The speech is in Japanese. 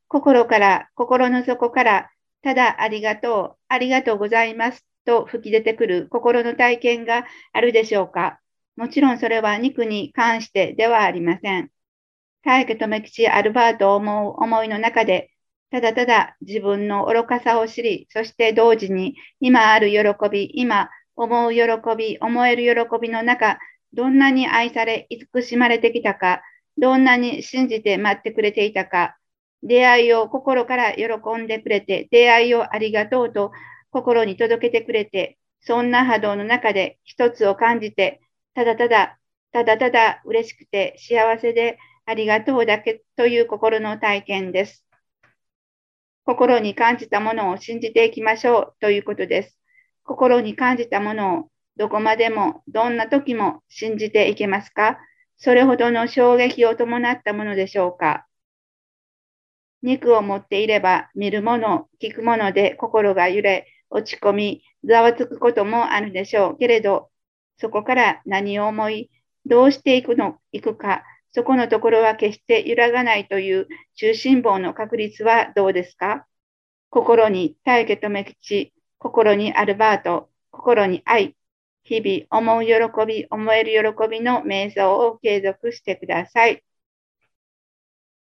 心から、心の底から、ただありがとう、ありがとうございますと吹き出てくる心の体験があるでしょうか。もちろんそれは肉に関してではありません。大家留吉アルバートを思う思いの中で、ただただ自分の愚かさを知り、そして同時に今ある喜び、今思う喜び、思える喜びの中、どんなに愛され、慈しまれてきたか、どんなに信じて待ってくれていたか、出会いを心から喜んでくれて、出会いをありがとうと心に届けてくれて、そんな波動の中で一つを感じて、ただただ、ただただ嬉しくて幸せでありがとうだけという心の体験です。心に感じたものを信じていきましょうということです。心に感じたものをどこまでもどんな時も信じていけますか？それほどの衝撃を伴ったものでしょうか？肉を持っていれば見るもの、聞くもので心が揺れ、落ち込み、ざわつくこともあるでしょうけれど、そこから何を思い、どうしていくか、そこのところは決して揺らがないという中心棒の確率はどうですか？心に大家留吉、心にアルバート、心に愛、日々思う喜び、思える喜びの瞑想を継続してください。